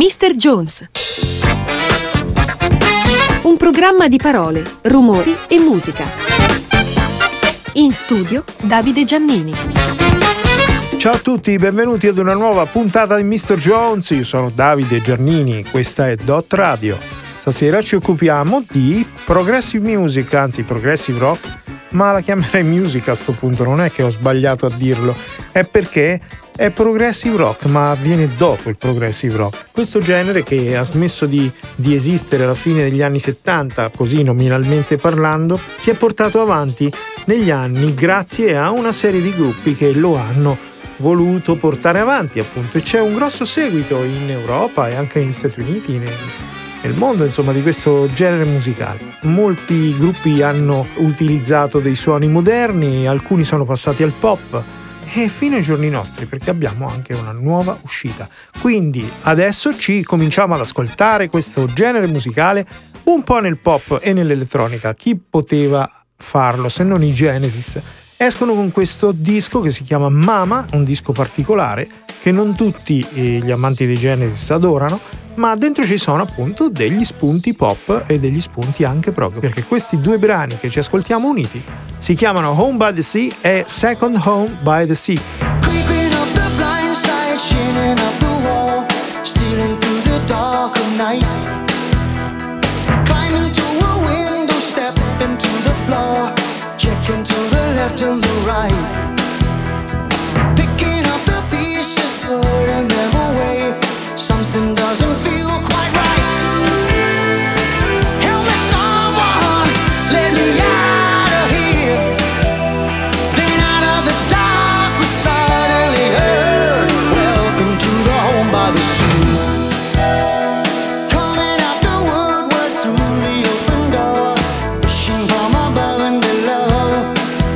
Mr. Jones. Un programma di parole, rumori e musica. In studio Davide Giannini. Ciao a tutti, benvenuti ad una nuova puntata di Mr. Jones. Io sono Davide Giannini, questa è Dot Radio. Stasera ci occupiamo di progressive music, anzi progressive rock, ma la chiamerei music a sto punto, non è che ho sbagliato a dirlo, è perché è progressive rock, ma avviene dopo il progressive rock. Questo genere, che ha smesso di esistere alla fine degli anni 70, così nominalmente parlando, si è portato avanti negli anni grazie a una serie di gruppi che lo hanno voluto portare avanti, appunto, e c'è un grosso seguito in Europa e anche negli Stati Uniti, nel mondo, insomma, di questo genere musicale. Molti gruppi hanno utilizzato dei suoni moderni, alcuni sono passati al pop e fino ai giorni nostri, perché abbiamo anche una nuova uscita. Quindi adesso ci cominciamo ad ascoltare questo genere musicale un po' nel pop e nell'elettronica. Chi poteva farlo se non i Genesis? Escono con questo disco che si chiama Mama, un disco particolare che non tutti gli amanti dei Genesis adorano, ma dentro ci sono appunto degli spunti pop e degli spunti anche proprio, perché questi due brani che ci ascoltiamo uniti si chiamano Home by the Sea e Second Home by the Sea. Creeping up the blind side, shining up the wall, stealing through the dark of night, climbing through a window, step into the floor, checking to the left and the right, picking up the pieces, putting them away. Something doesn't feel quite right. Help me, someone, let me out of here. Then out of the dark we suddenly heard, welcome to the home by the sea. Coming out the woodwork through the open door, wishing from above and below.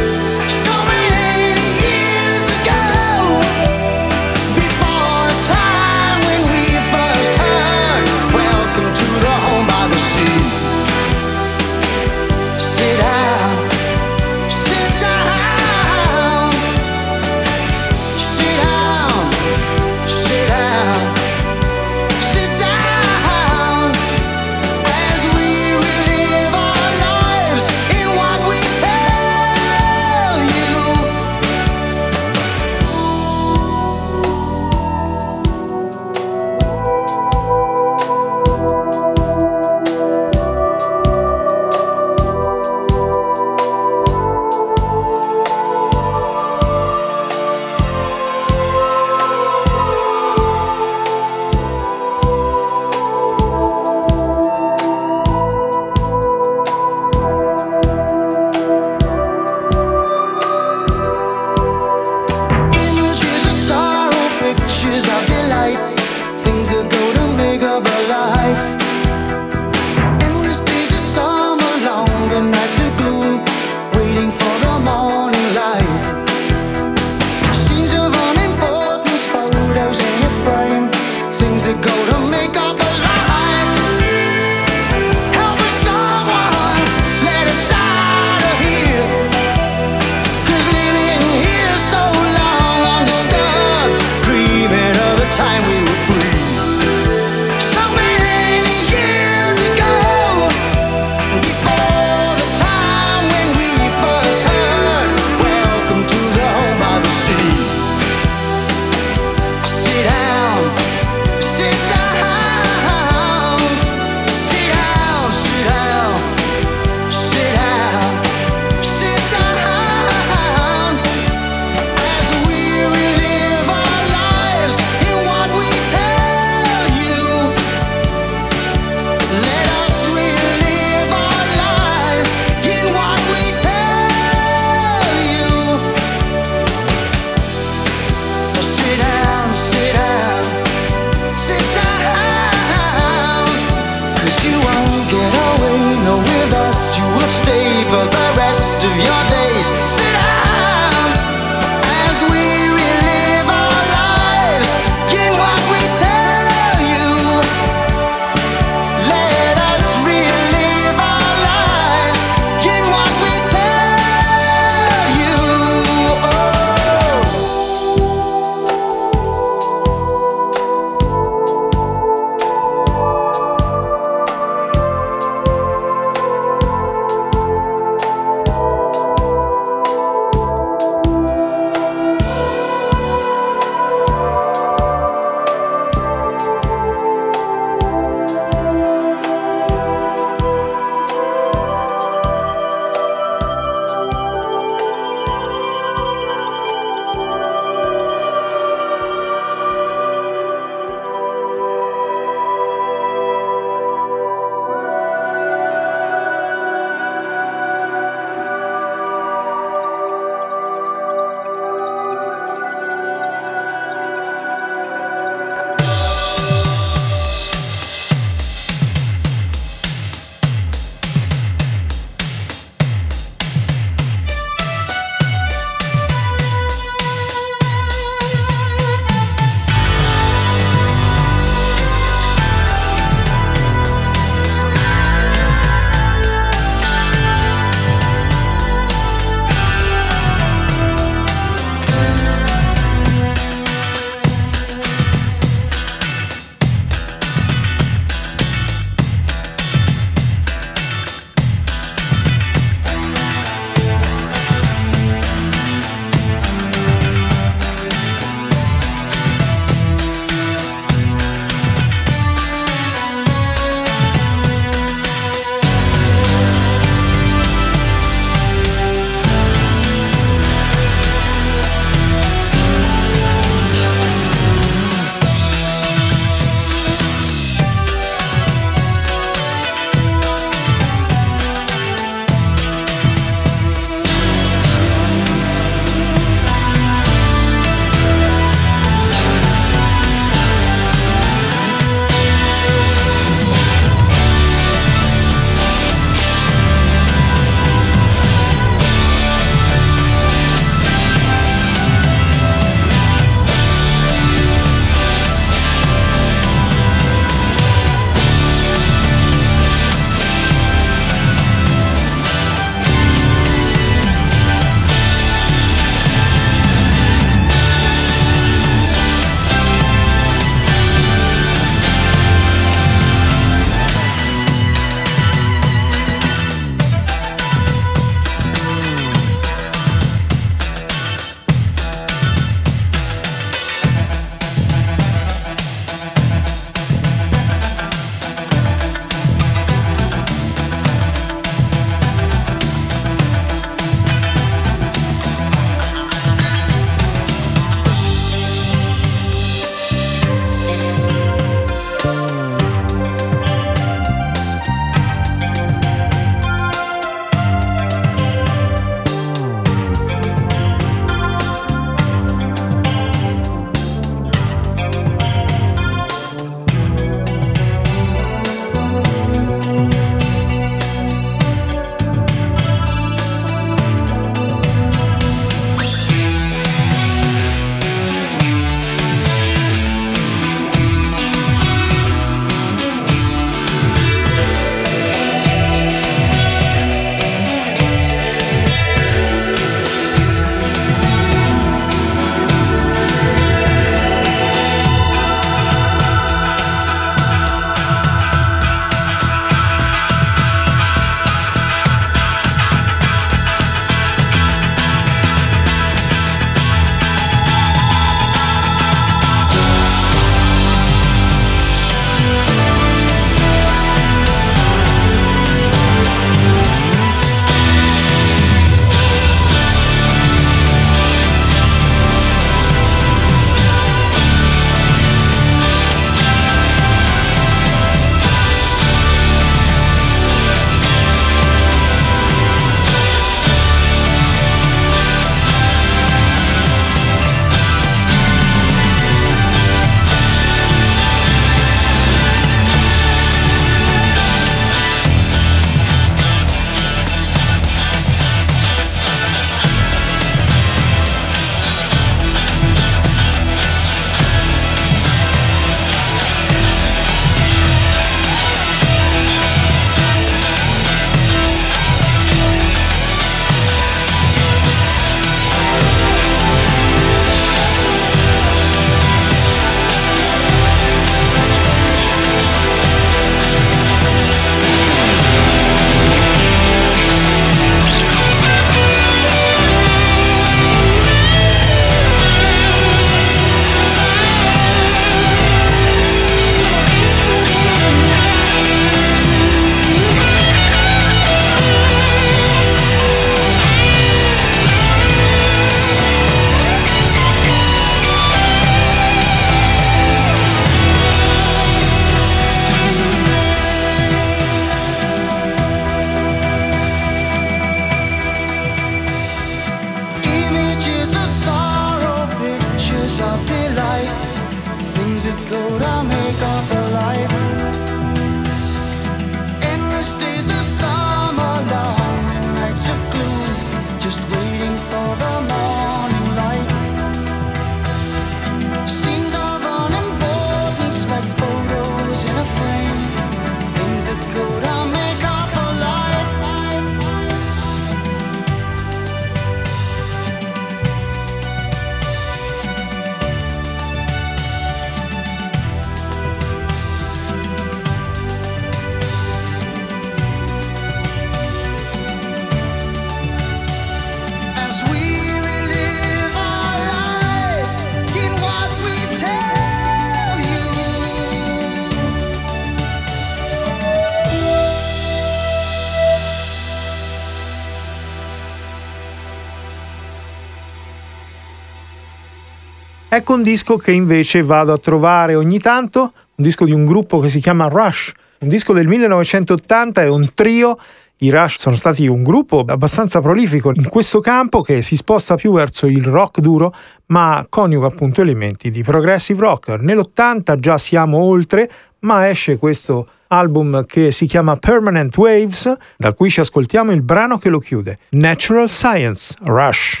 Ecco un disco che invece vado a trovare ogni tanto, un disco di un gruppo che si chiama Rush, un disco del 1980, è un trio. I Rush sono stati un gruppo abbastanza prolifico in questo campo che si sposta più verso il rock duro, ma coniuga appunto elementi di progressive rock. Nell'80 già siamo oltre, ma esce questo album che si chiama Permanent Waves, da cui ci ascoltiamo il brano che lo chiude, Natural Science, Rush.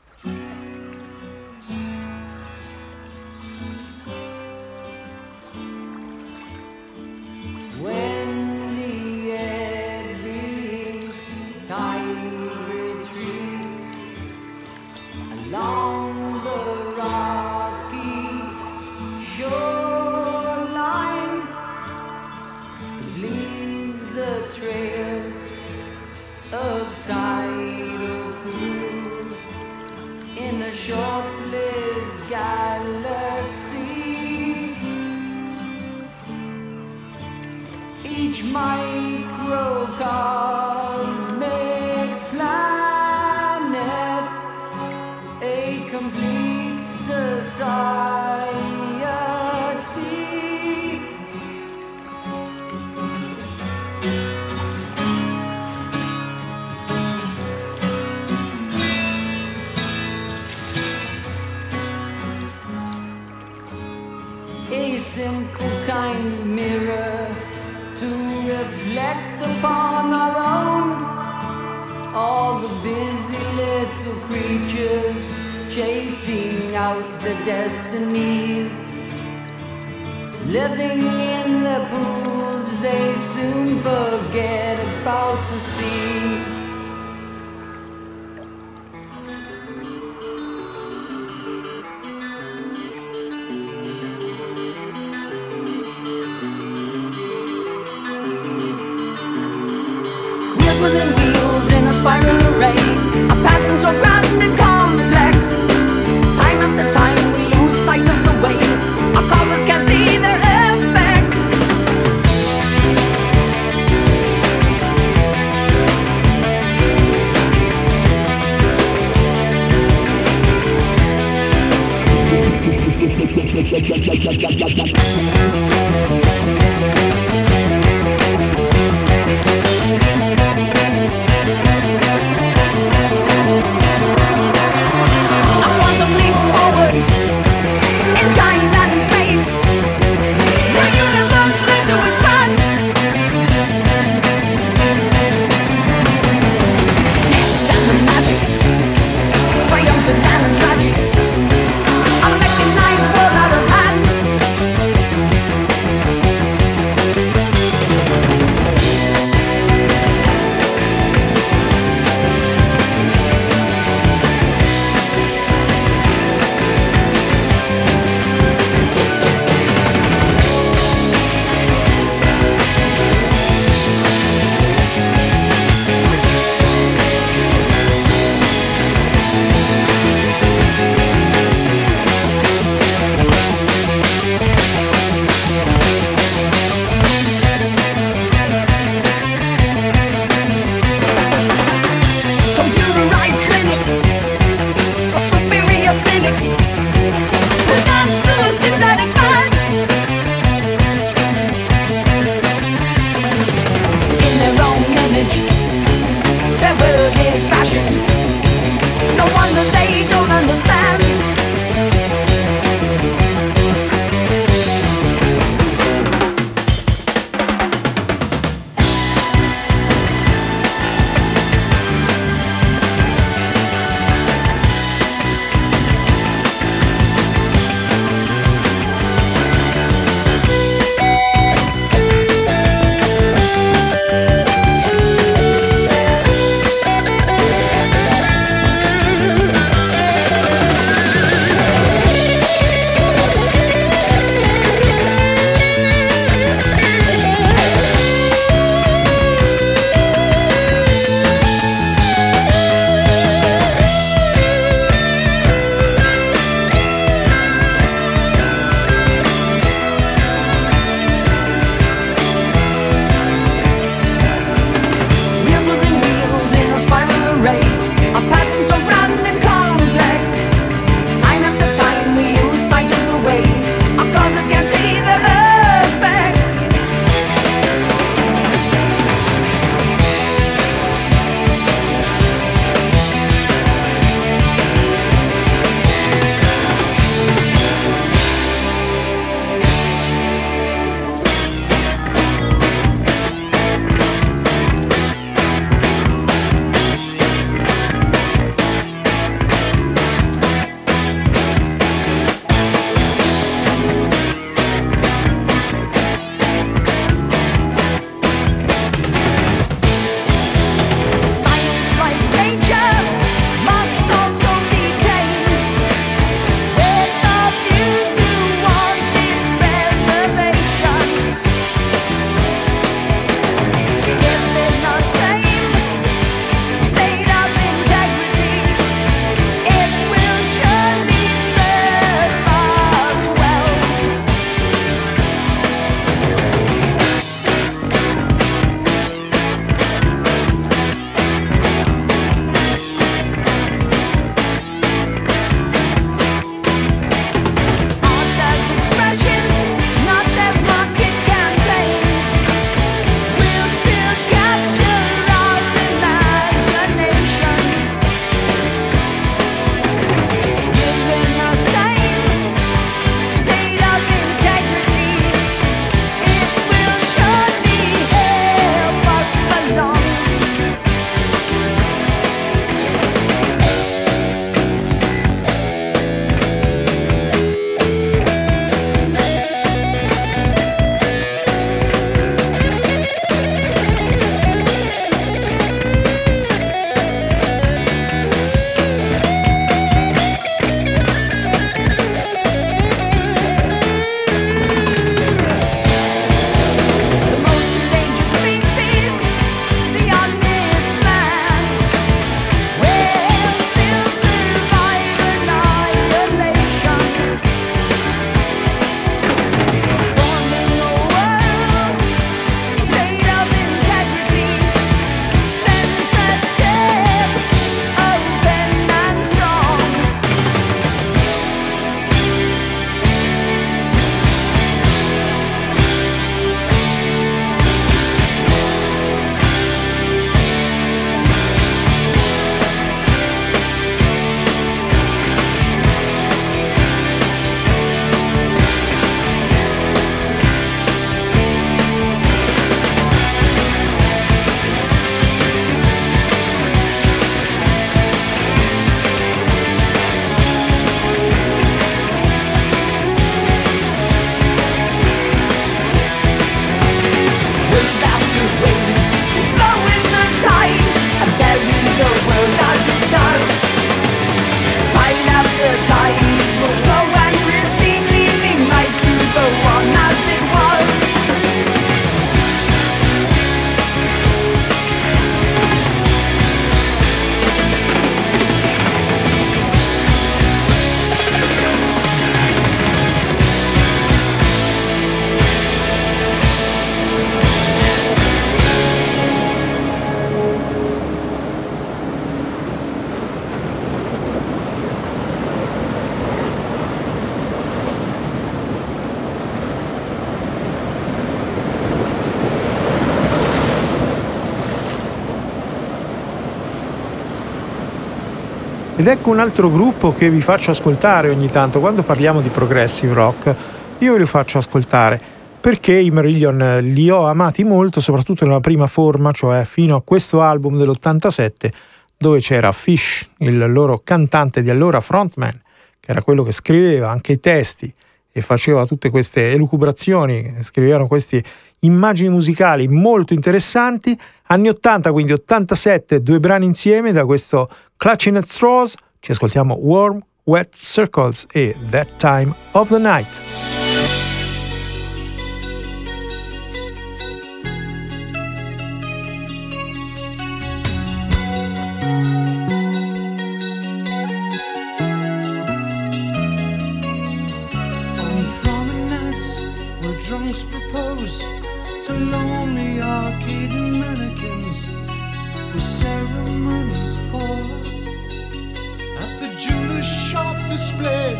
A simple kind of mirror to reflect upon our own. All the busy little creatures chasing out their destinies, living in the pools they soon forget about the sea. And wheels in a spiral array, a pattern so grand and complex. Time after time we lose sight of the way, our causes can't see their effects. ecco un altro gruppo che vi faccio ascoltare ogni tanto. Quando parliamo di progressive rock, io ve li faccio ascoltare perché i Marillion li ho amati molto, soprattutto nella prima forma, cioè fino a questo album dell'87, dove c'era Fish, il loro cantante di allora, frontman, che era quello che scriveva anche i testi e faceva tutte queste elucubrazioni, scrivevano queste immagini musicali molto interessanti. Anni 80, quindi 87, 2 brani insieme da questo Clutching at Straws. Ci ascoltiamo Warm Wet Circles e That Time of the Night. Drunks propose to lonely arcade mannequins with ceremonies pause at the jeweler's shop display,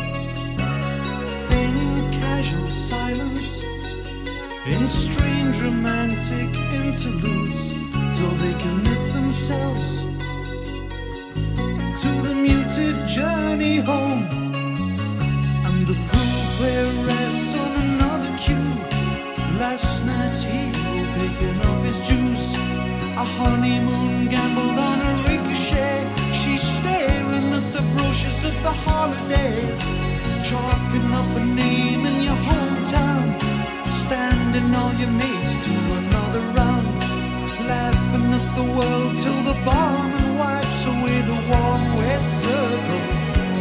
feigning casual silence in strange romantic interludes till they commit themselves to the muted journey home. And the pool player rests on another cue. Last night's hero picking up his juice. A honeymoon gambled on a ricochet. She's staring at the brochures of the holidays, chalking up a name in your hometown, standing all your mates to another round, laughing at the world till the barman wipes away the warm wet circles.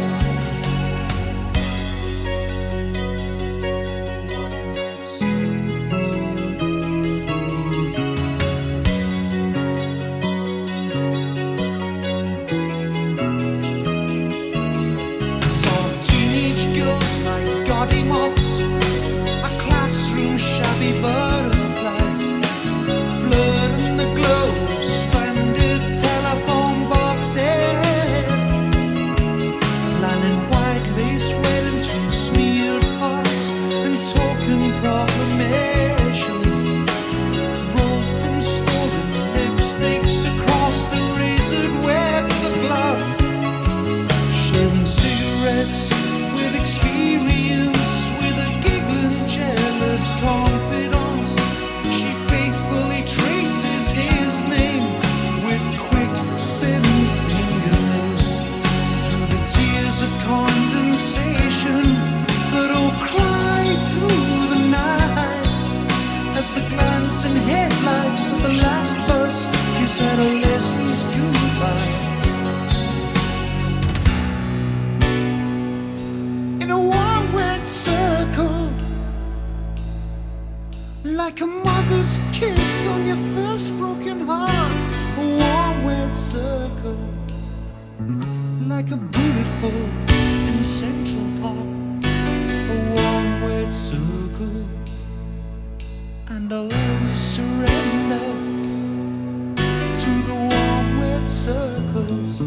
Like a mother's kiss on your first broken heart, a warm wet circle, like a bullet hole in Central Park, a warm wet circle, and I'll always surrender to the warm wet circles.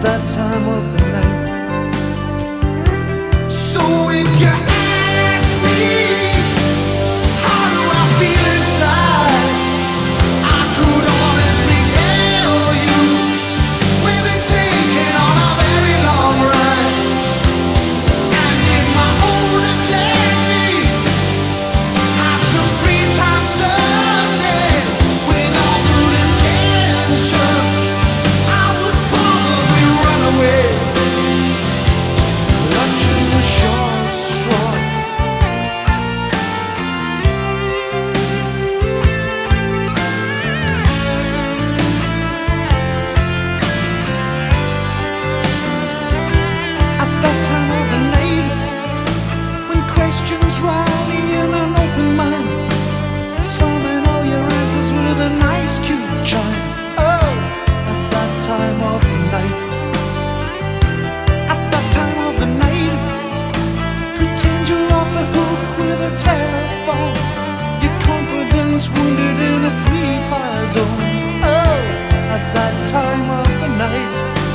that time of the night. So if you ask me, how do I feel inside? I could honestly tell you, we've been taking on a very long ride. And if my oldest let me have some free time someday, with all good intention, I would probably run away, clutching the short straw. At that time of the night, when questions rally in an open mind, solving all your answers with a nice cute chime. Oh, at that time of the night, at that time of the night, pretend you're off the hook with a telephone, your confidence wounded in a free fire zone. Oh, at that time of the night.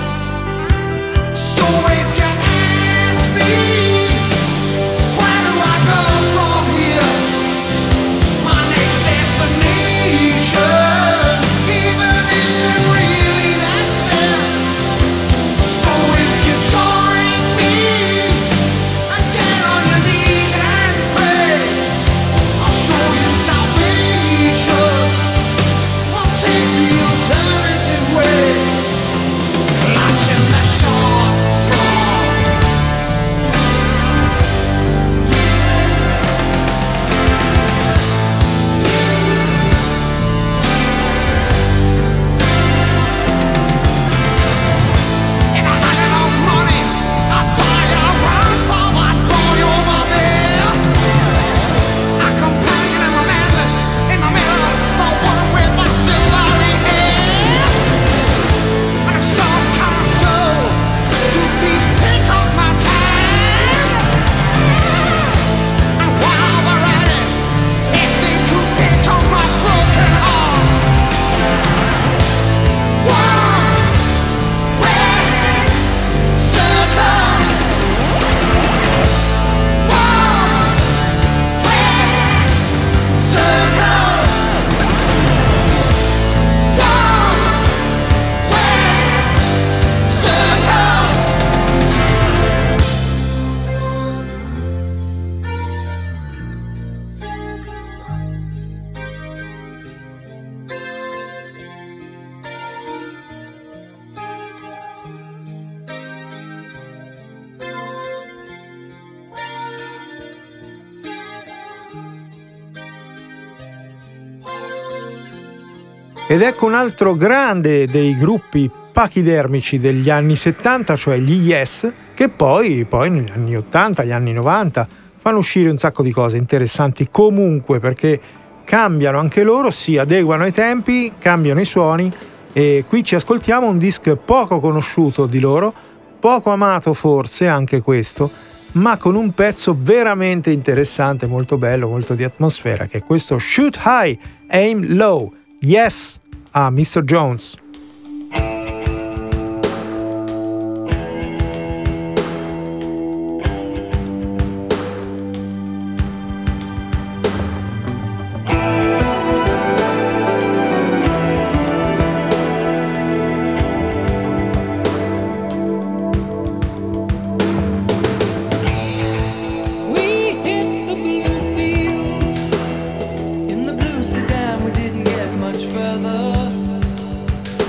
So if you ask me, where do I go from here? My next destination even isn't really that clear. So if you join me and get on your knees and pray, I'll show you salvation. We'll take the alternative way, clutching the short straw. If I had enough money, I'd buy a round for that boy over there. A companion in the madness, in the mirror, the one with the silvery hair. And if some counsel, you please pick up my tab. And while we're at it, if they could pick up my broken heart. One red circle. One red circle. One red circle. Ed ecco un altro grande dei gruppi pachidermici degli anni 70, cioè gli Yes, che poi negli anni 80, gli anni 90 fanno uscire un sacco di cose interessanti comunque, perché cambiano anche loro, si adeguano ai tempi, cambiano i suoni, e qui ci ascoltiamo un disco poco conosciuto di loro, poco amato forse anche questo, ma con un pezzo veramente interessante, molto bello, molto di atmosfera, che è questo Shoot High, Aim Low. Yes a Mr. Jones. We hit the blue fields in the blue sedan. We didn't get much further.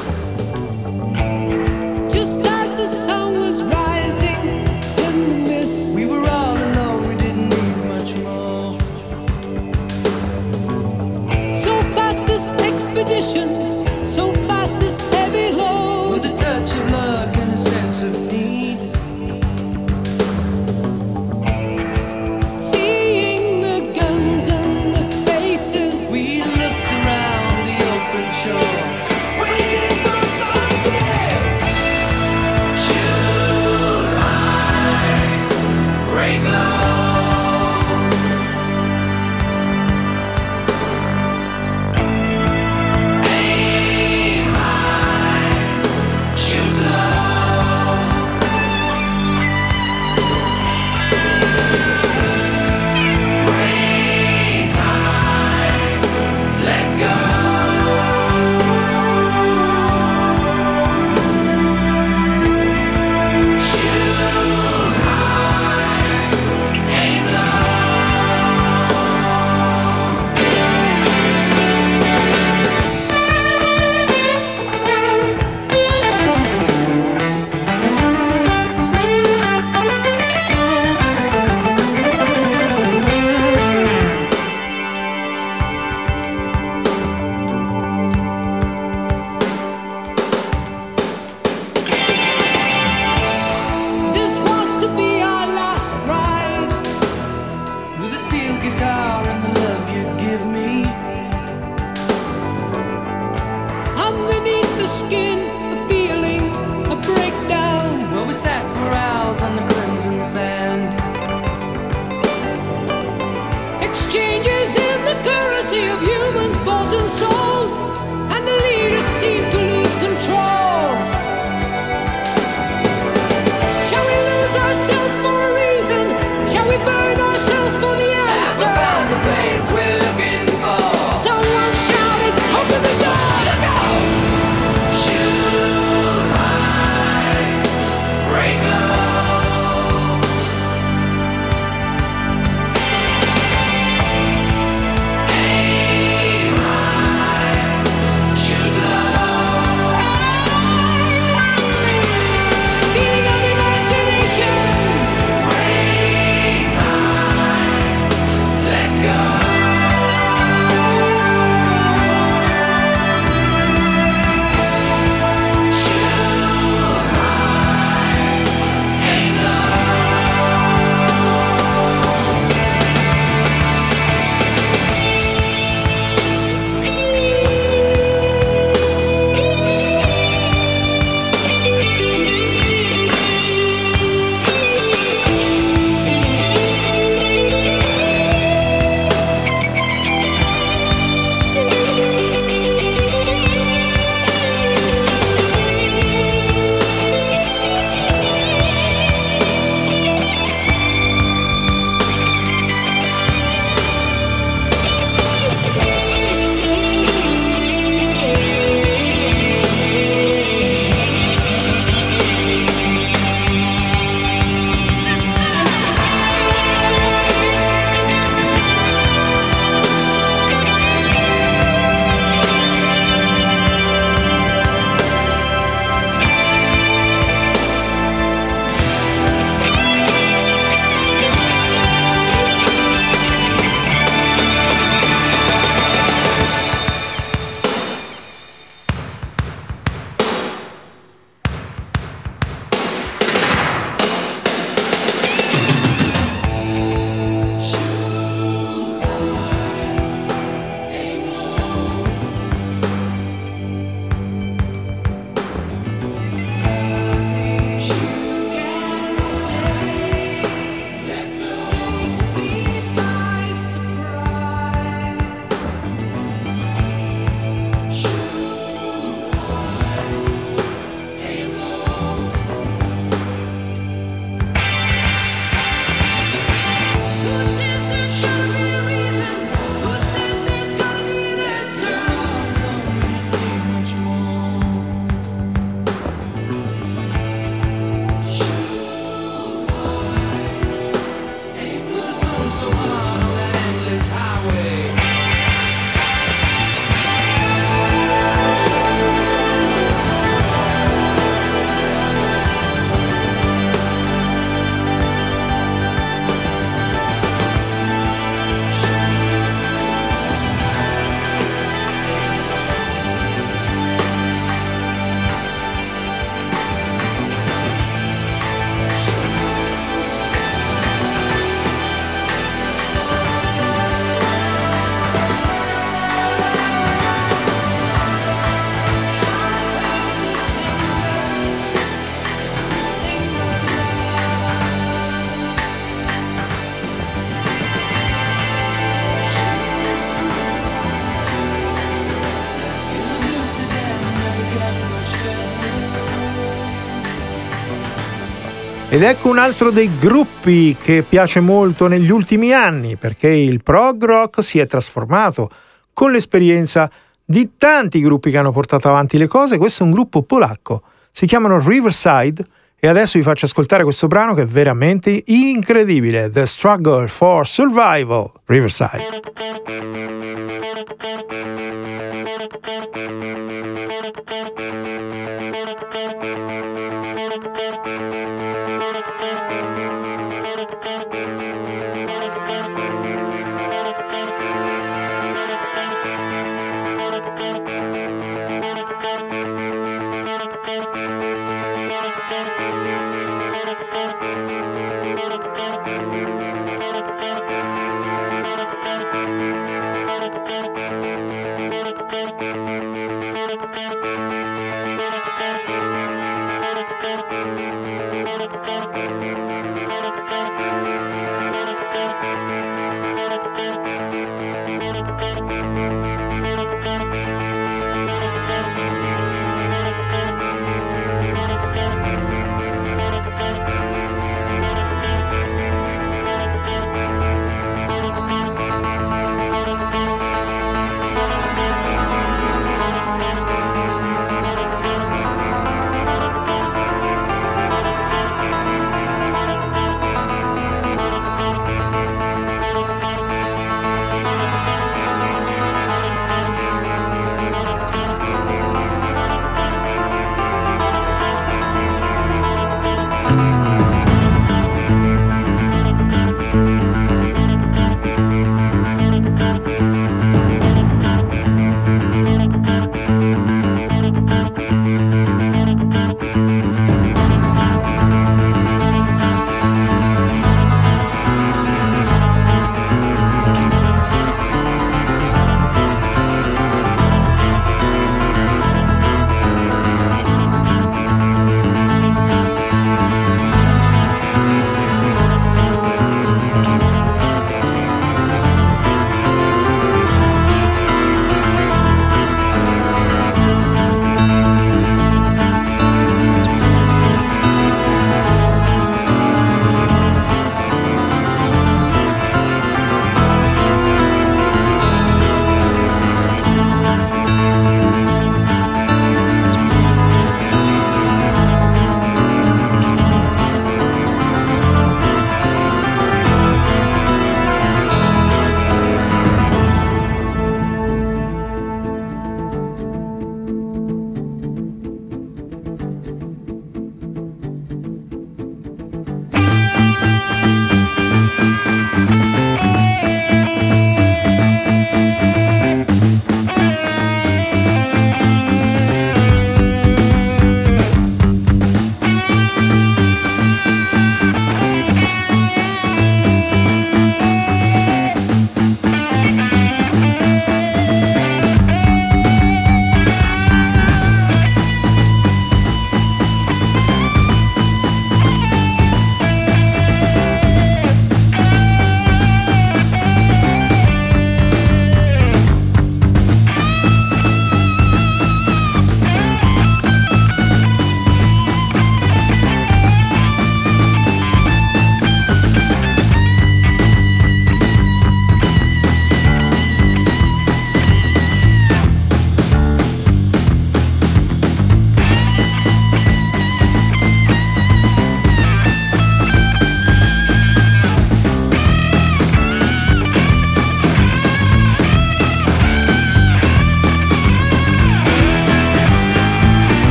Ed ecco un altro dei gruppi che piace molto negli ultimi anni, perché il prog rock si è trasformato con l'esperienza di tanti gruppi che hanno portato avanti le cose. Questo è un gruppo polacco, si chiamano Riverside, e adesso vi faccio ascoltare questo brano che è veramente incredibile, The Struggle for Survival, Riverside.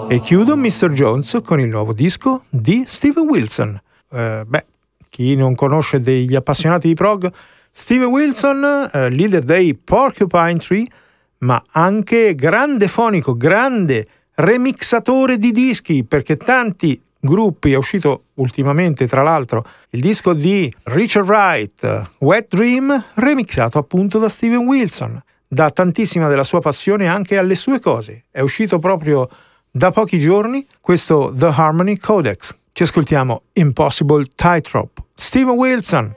E chiudo Mr. Jones con il nuovo disco di Steven Wilson. Chi non conosce degli appassionati di prog, Steven Wilson, leader dei Porcupine Tree, ma anche grande fonico, grande remixatore di dischi, perché tanti gruppi, è uscito ultimamente tra l'altro il disco di Richard Wright, Wet Dream, remixato appunto da Steven Wilson. Dà tantissima della sua passione anche alle sue cose. È uscito proprio da pochi giorni questo The Harmony Codex. Ci ascoltiamo Impossible Tightrope, Steven Wilson.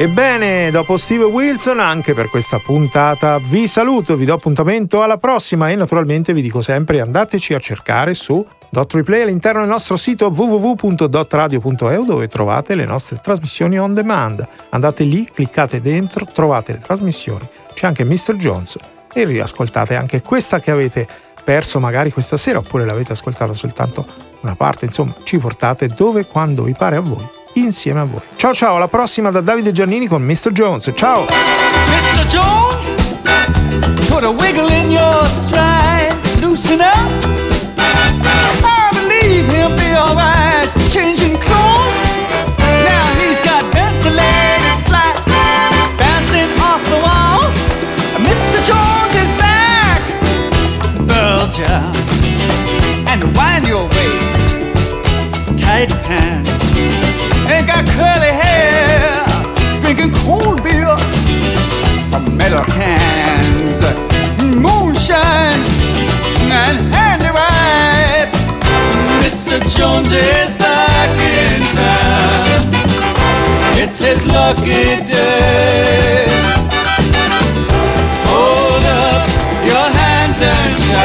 Ebbene, dopo Steve Wilson, anche per questa puntata vi saluto, vi do appuntamento alla prossima e naturalmente vi dico sempre andateci a cercare su Dot Replay all'interno del nostro sito www.dotradio.eu, dove trovate le nostre trasmissioni on demand. Andate lì, cliccate dentro, trovate le trasmissioni, c'è anche Mr. Jones e riascoltate anche questa che avete perso magari questa sera oppure l'avete ascoltata soltanto una parte. Insomma, ci portate dove e quando vi pare a voi, insieme a voi. Ciao ciao, alla prossima da Davide Giannini con Mr. Jones. Ciao! Mr. Jones, put a wiggle in your stride, loosen up. I believe he'll be alright. Changing clothes, now he's got ventilated slats bouncing off the walls. Mr. Jones is back. Bulge out and wind your waist, tight pants. Ain't got curly hair, drinking cold beer from metal cans, moonshine and handy wipes. Mr. Jones is back in town. It's his lucky day. Hold up your hands and shout.